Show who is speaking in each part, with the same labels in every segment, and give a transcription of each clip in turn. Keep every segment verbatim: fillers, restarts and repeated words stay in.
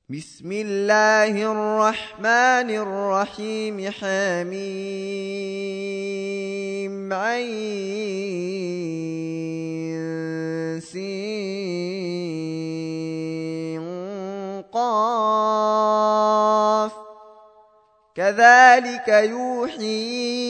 Speaker 1: بسم الله الرحمن الرحيم حميم عين سين قاف كذلك يوحي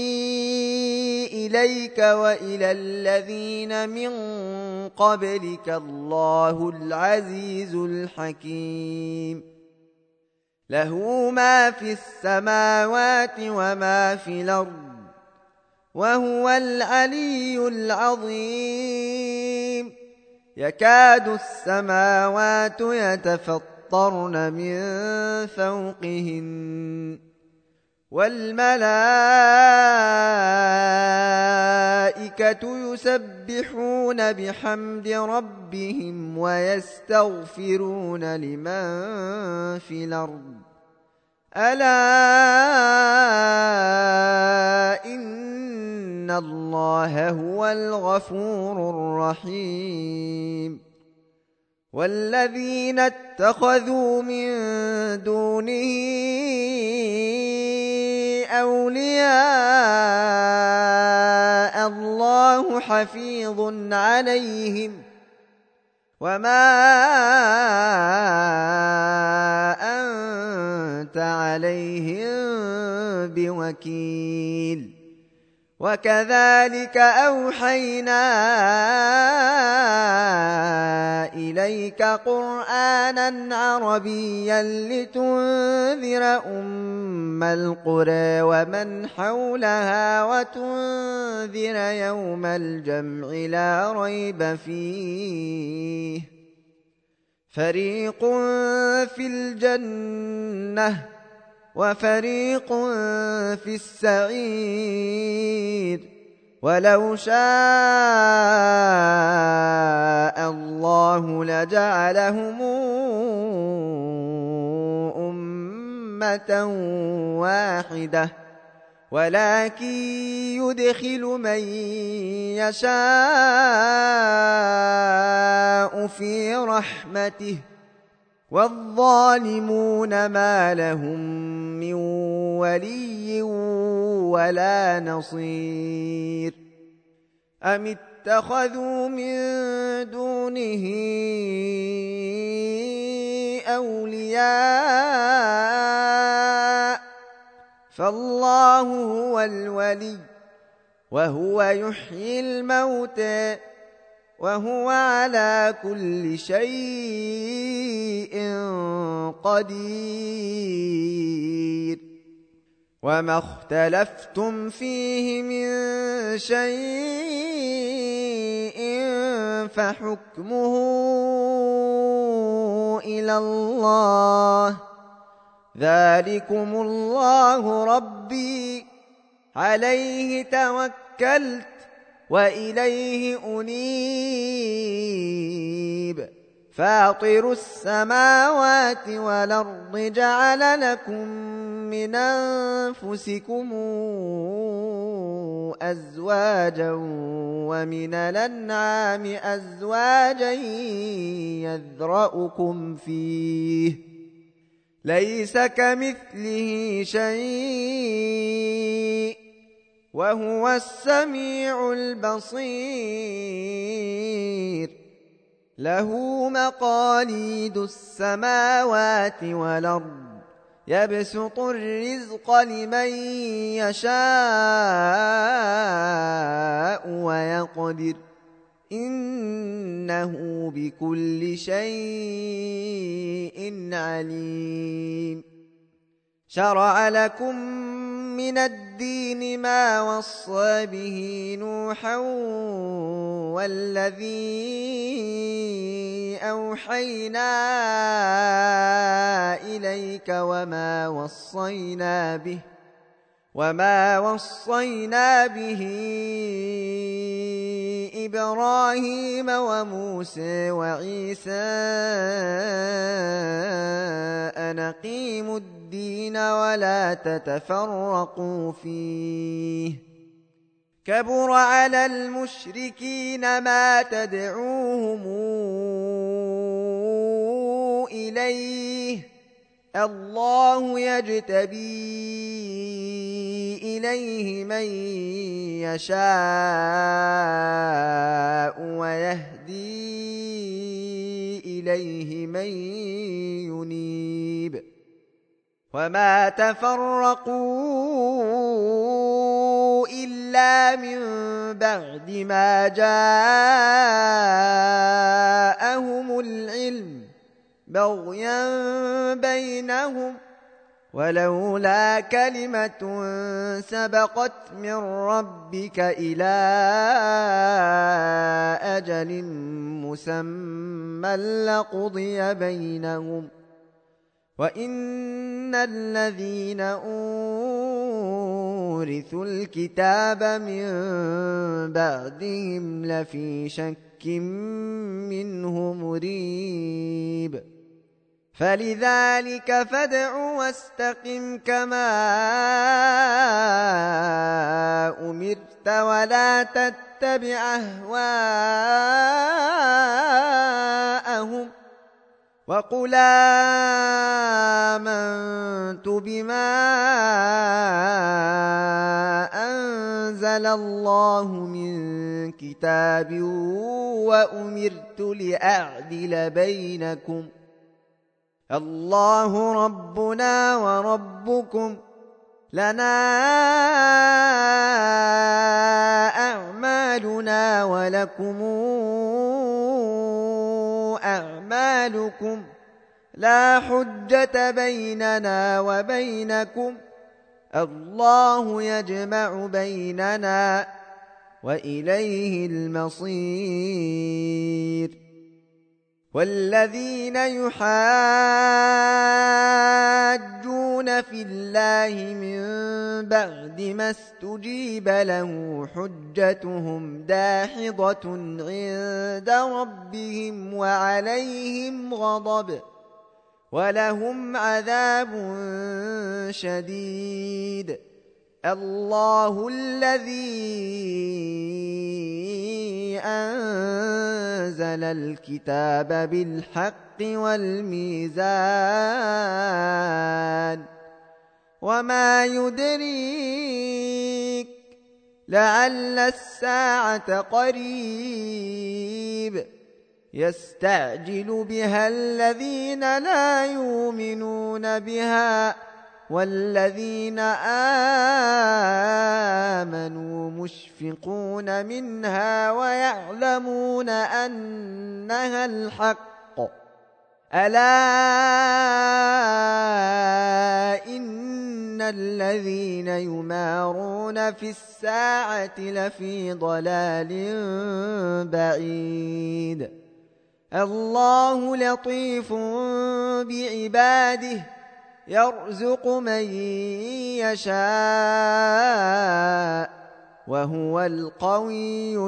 Speaker 1: إليك وإلى الذين من قبلك الله العزيز الحكيم له ما في السماوات وما في الأرض وهو العلي العظيم يكاد السماوات يتفطرن من فوقهن والملائكة يسبحون بحمد ربهم ويستغفرون لمن في الأرض ألا إن الله هو الغفور الرحيم والذين اتخذوا من دونه أولياء الله حفيظ عليهم وما أنت عليهم بوكيل وكذلك أوحينا إليك قرآنا عربيا لتنذر أم القرى ومن حولها وتنذر يوم الجمع لا ريب فيه فريق في الجنة وفريق في السعير ولو شاء الله لجعلهم أمة واحدة ولكن يدخل من يشاء في رحمته والظالمون ما لهم من ولي ولا نصير أم اتخذوا من دونه أولياء فالله هو الولي وهو يحيي الموتى وهو على كل شيء قدير وما اختلفتم فيه من شيء فحكمه إلى الله ذلكم الله ربي عليه توكلت وإليه أنيب فاطر السماوات والأرض جعل لكم من أنفسكم أزواجا ومن الأنعام أزواجا يذرأكم فيه ليس كمثله شيء وهو السميع البصير له مقاليد السماوات والأرض يبسط الرزق لمن يشاء ويقدر إنه بكل شيء عليم شرع لكم من الدين ما وصى به نوحا والذي أوحينا إليك وما وصينا به وما وصينا به إبراهيم وموسى وعيسى أن أقيموا الدين ولا تتفرقوا فيه كبر على المشركين ما تدعوهم إليه الله يجتبي إليه من يشاء ويهدي إليه من ينيب وما تفرقوا إلا من بعد ما جاءهم العلم بغيا بينهم ولولا كلمة سبقت من ربك إلى أجل مسمى لقضي بينهم وإن الذين أورثوا الكتاب من بعدهم لفي شك منه مريب فلذلك فادع واستقم كما أمرت ولا تتبع أهواءهم وقل آمنت بما أنزل الله من كتاب وأمرت لأعدل بينكم الله ربنا وربكم لنا أعمالنا ولكم أعمالكم لا حجة بيننا وبينكم الله يجمع بيننا وإليه المصير والذين يحاجون في الله من بعد ما استجيب له حجتهم داحضة عند ربهم وعليهم غضب ولهم عذاب شديد الله الذي أنزل الكتاب بالحق والميزان وما يدريك لعل الساعة قريب يستعجل بها الذين لا يؤمنون بها والذين آمنوا مشفقون منها ويعلمون أنها الحق ألا إن الذين يمارون في الساعة لفي ضلال بعيد الله لطيف بعباده يرزق من يشاء وهو القوي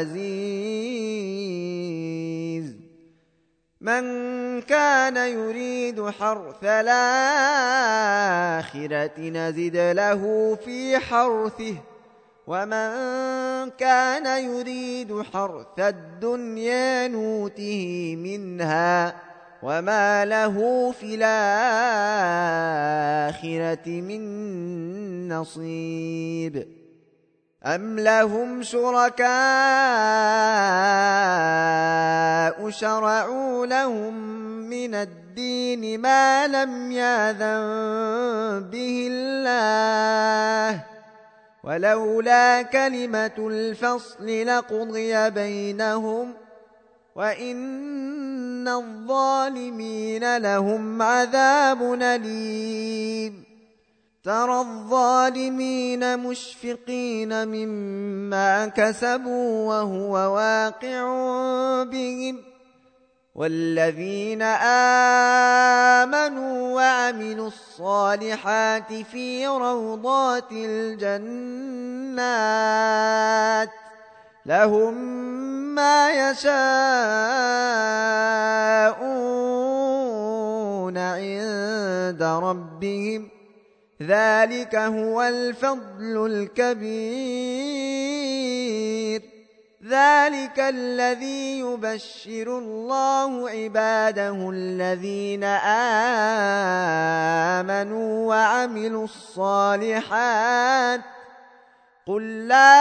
Speaker 1: العزيز من كان يريد حرث الآخرة نزد له في حرثه ومن كان يريد حرث الدنيا نوته منها وما له في الآخرة من نصيب أم لهم شركاء شرعوا لهم من الدين ما لم يأذن به الله ولولا كلمة الفصل لقضي بينهم وإن الظالمين لهم عذاب أليم ترى الظالمين مشفقين مما كسبوا وهو واقع بهم والذين آمنوا وعملوا الصالحات في روضات الجنات لهم ما يشاءون عند ربهم ذلك هو الفضل الكبير ذلك الذي يبشر الله عباده الذين آمنوا وعملوا الصالحات قل لا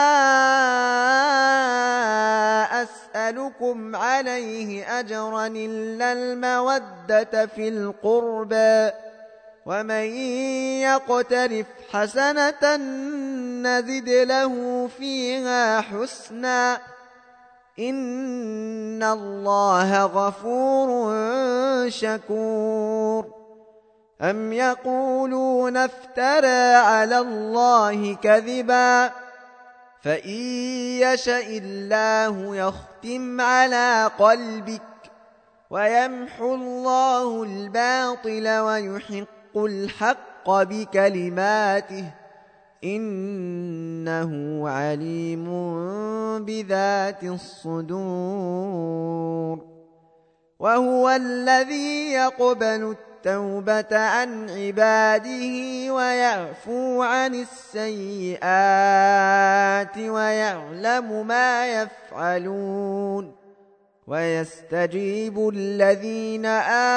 Speaker 1: أسألكم عليه أجرا إلا المودة في القربى ومن يقترف حسنة نزد له فيها حسنا إن الله غفور شكور أم يقولون افترى على الله كذبا فإن يشأ الله يختم على قلبك ويمحو الله الباطل ويحق الحق بكلماته إنه عليم بذات الصدور وهو الذي يقبل التوبة عن عباده ويعفو عن السيئات ويعلم ما يفعلون ويستجيب الذين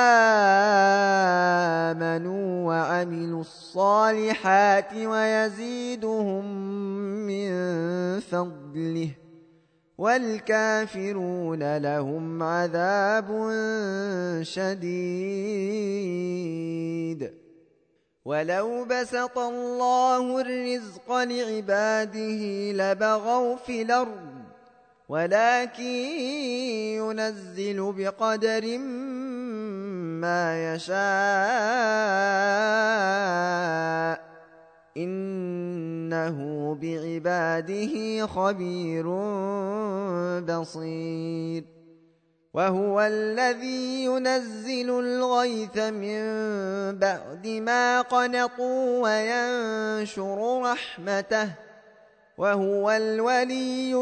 Speaker 1: آمنوا وعملوا الصالحات ويزيدهم من فضله والكافرون لهم عذاب شديد ولو بسط الله الرزق لعباده لبغوا في الأرض ولكن ينزل بقدر ما يشاء إنه بعباده خبير بصير وهو الذي ينزل الغيث من بعد ما قنطوا وينشر رحمته وهو الولي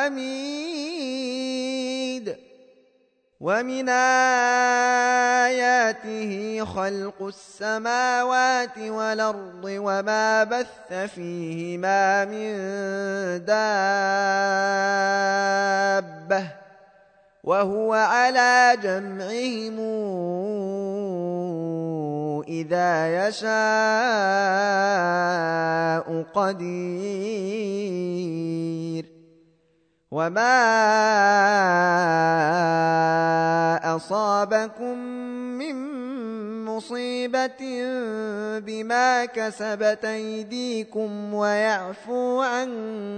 Speaker 1: الحميد ومن آياته خلق السماوات والأرض وما بث فيهما من دابة وهو على جمعهم إذا يشاء قدير وما أصابكم من مصيبة بما كسبت أيديكم ويعفو عن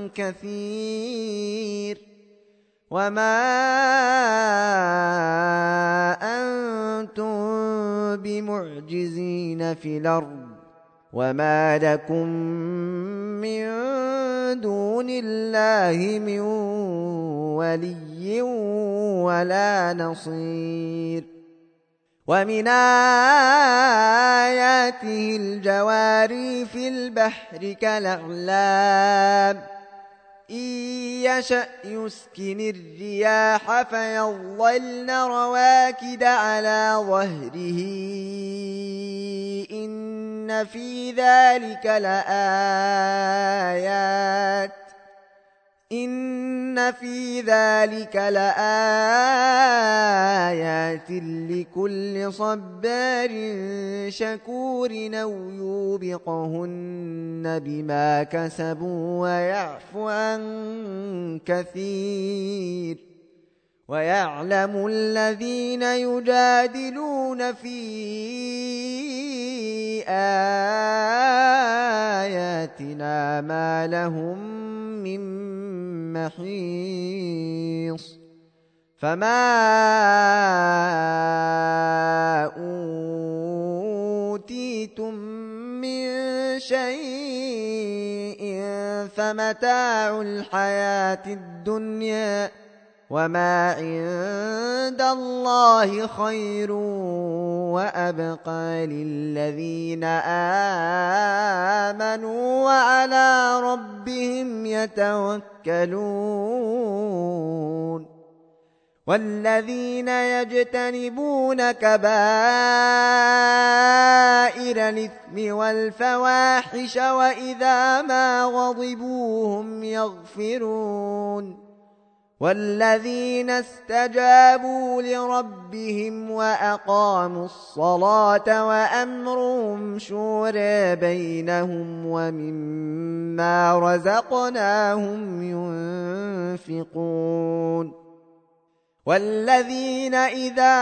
Speaker 1: كثير وما أنتم بمعجزين في الأرض وما لكم من دون الله من ولي ولا نصير ومن آياته الجواري في البحر كالأعلام إن يشأ يسكن الرياح فيظللن رواكد على ظهره إن في ذلك لآيات إن في ذلك لآيات لكل صبار شكور أو يوبقهن بما كسبوا ويعفو عن كثير ويعلم الذين يجادلون في آياتنا ما لهم من محيص فما أوتيتم من شيء فمتاع الحياة الدنيا وما عند الله خير وأبقى للذين آمنوا وعلى ربهم يتوكلون والذين يجتنبون كبائر الإثم والفواحش وإذا ما غضبوا هم يغفرون والذين استجابوا لربهم وأقاموا الصلاة وأمرهم شورى بينهم ومما رزقناهم ينفقون والذين إذا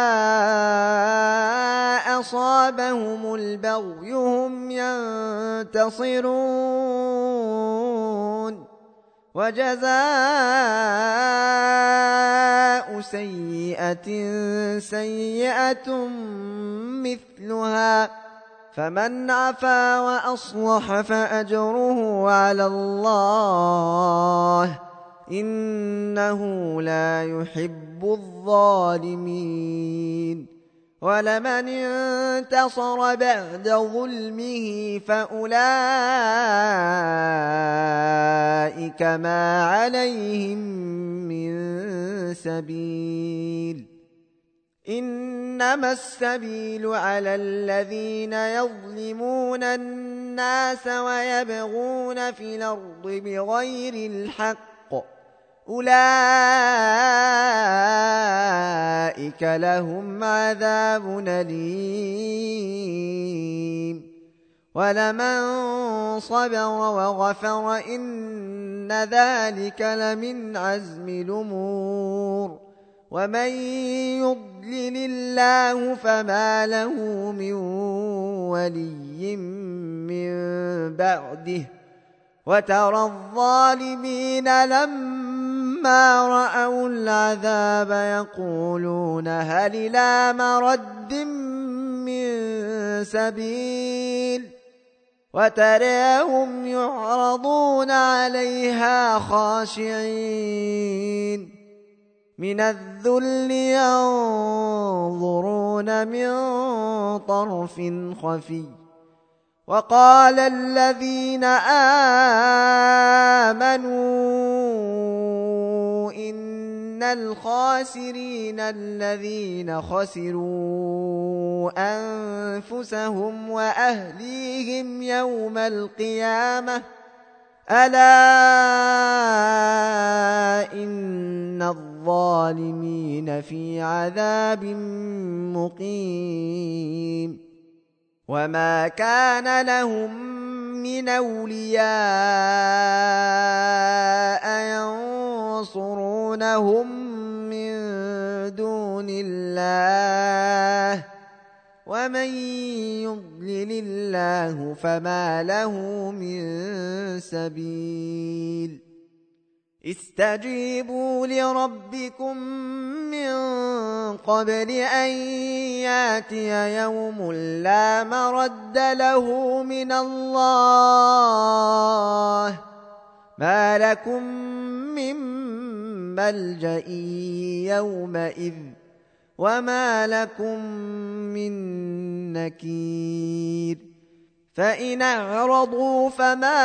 Speaker 1: أصابهم البغي هم ينتصرون وجزاء سيئة سيئة مثلها فمن عفا وأصلح فأجره على الله إنه لا يحب الظالمين ولمن انتصر بعد ظلمه فأولئك ما عليهم من سبيل إنما السبيل على الذين يظلمون الناس ويبغون في الأرض بغير الحق أولئك لهم عذاب أليم ولمن صبر وغفر إن ذلك لمن عزم الأمور ومن يضلل الله فما له من ولي من بعده وترى الظالمين لما رأوا العذاب يقولون هل إلى مرد من سبيل وتراهم يعرضون عليها خاشعين من الذل ينظرون من طرف خفي وقال الذين آمنوا إن الخاسرين الذين خسروا أنفسهم وأهليهم يوم القيامة ألا إن الظالمين في عذاب مقيم وما كان لهم من أولياء ينصرونهم من دون الله ومن يضلل الله فما له من سبيل استجيبوا لربكم من قبل أن ياتي يوم لا مرد له من الله ما لكم من ملجأ يومئذ وما لكم من نكير فإن أعرضوا فما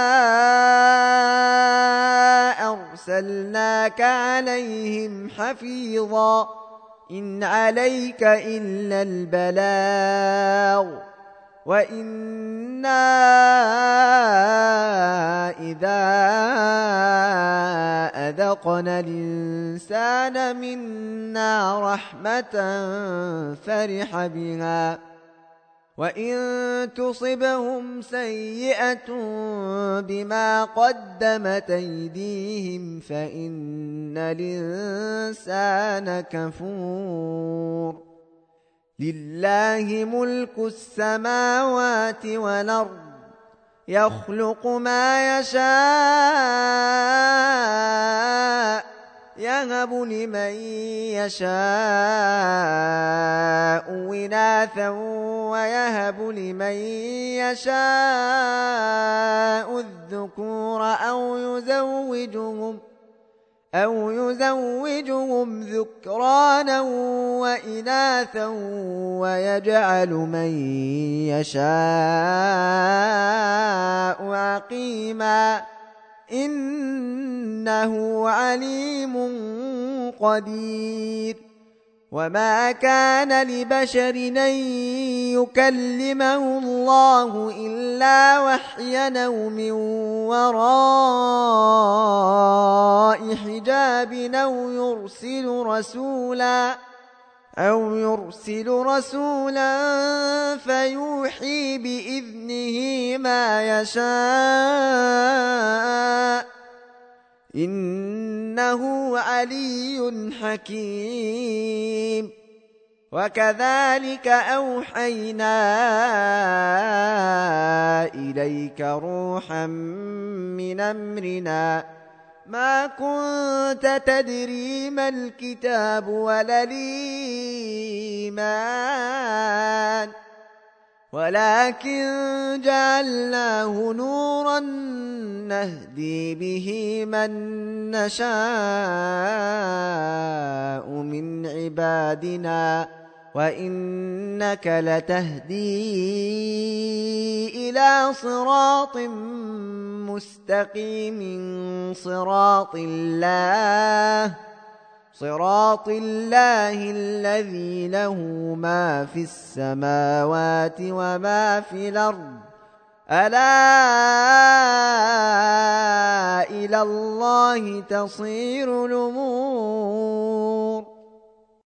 Speaker 1: أرسلناك عليهم حفيظا إن عليك إلا البلاغ وإنا إذا أذقنا الإنسان منا رحمة فرح بها وإن تصبهم سيئة بما قدمت أيديهم فإن الإنسان كفور لله ملك السماوات والأرض يخلق ما يشاء يهب لمن يشاء إناثا ويهب لمن يشاء الذكور أو يزوجهم أو يزوجهم ذكرانا وإناثا ويجعل من يشاء عقيما إنه عليم قدير وما كان لبشر أن يكلمه الله إلا وحيا أو من وراء حجاب أو يرسل رسولا أو يرسل رسولا فيوحي بإذنه ما يشاء إنه علي حكيم. وكذلك أوحينا إليك روحا من أمرنا ما كنت تدري ما الكتاب ولا الإيمان ولكن جعلناه نورا نهدي به من نشاء من عبادنا وإنك لتهدي إلى صراط مستقيم صراط الله صراط الله الذي له ما في السماوات وما في الأرض ألا إلى الله تصير الأمور.